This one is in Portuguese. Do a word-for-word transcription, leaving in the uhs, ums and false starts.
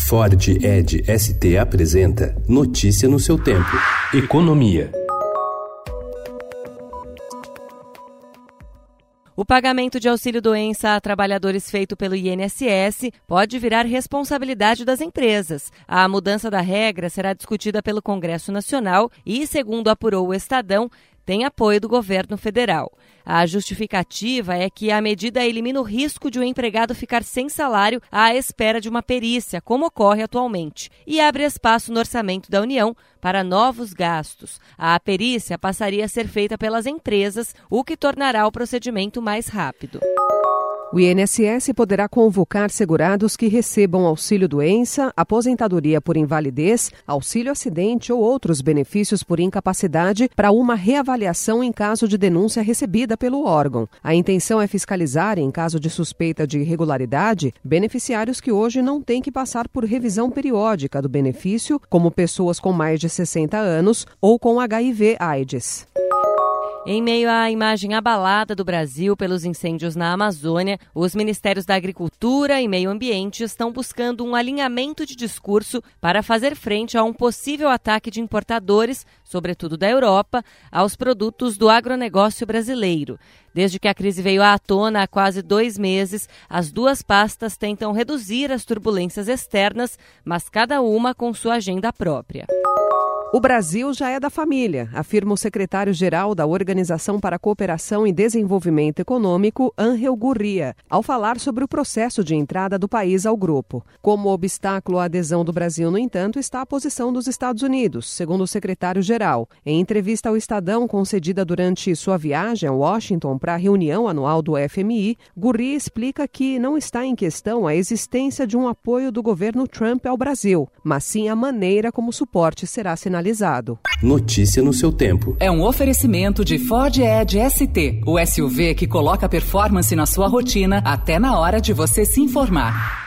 Ford Edge S T apresenta Notícia no seu tempo. Economia. O pagamento de auxílio-doença a trabalhadores feito pelo I N S S pode virar responsabilidade das empresas. A mudança da regra será discutida pelo Congresso Nacional e, segundo apurou o Estadão, tem apoio do governo federal. A justificativa é que a medida elimina o risco de um empregado ficar sem salário à espera de uma perícia, como ocorre atualmente, e abre espaço no orçamento da União para novos gastos. A perícia passaria a ser feita pelas empresas, o que tornará o procedimento mais rápido. O I N S S poderá convocar segurados que recebam auxílio-doença, aposentadoria por invalidez, auxílio-acidente ou outros benefícios por incapacidade para uma reavaliação em caso de denúncia recebida pelo órgão. A intenção é fiscalizar, em caso de suspeita de irregularidade, beneficiários que hoje não têm que passar por revisão periódica do benefício, como pessoas com mais de sessenta anos ou com H I V/AIDS. Em meio à imagem abalada do Brasil pelos incêndios na Amazônia, os Ministérios da Agricultura e Meio Ambiente estão buscando um alinhamento de discurso para fazer frente a um possível ataque de importadores, sobretudo da Europa, aos produtos do agronegócio brasileiro. Desde que a crise veio à tona há quase dois meses, as duas pastas tentam reduzir as turbulências externas, mas cada uma com sua agenda própria. O Brasil já é da família, afirma o secretário-geral da Organização para a Cooperação e Desenvolvimento Econômico, Ángel Gurría, ao falar sobre o processo de entrada do país ao grupo. Como obstáculo à adesão do Brasil, no entanto, está a posição dos Estados Unidos, segundo o secretário-geral. Em entrevista ao Estadão concedida durante sua viagem a Washington para a reunião anual do F M I, Gurría explica que não está em questão a existência de um apoio do governo Trump ao Brasil, mas sim a maneira como o suporte será sinalizado. Notícia no seu tempo. É um oferecimento de Ford Edge S T, o S U V que coloca performance na sua rotina até na hora de você se informar.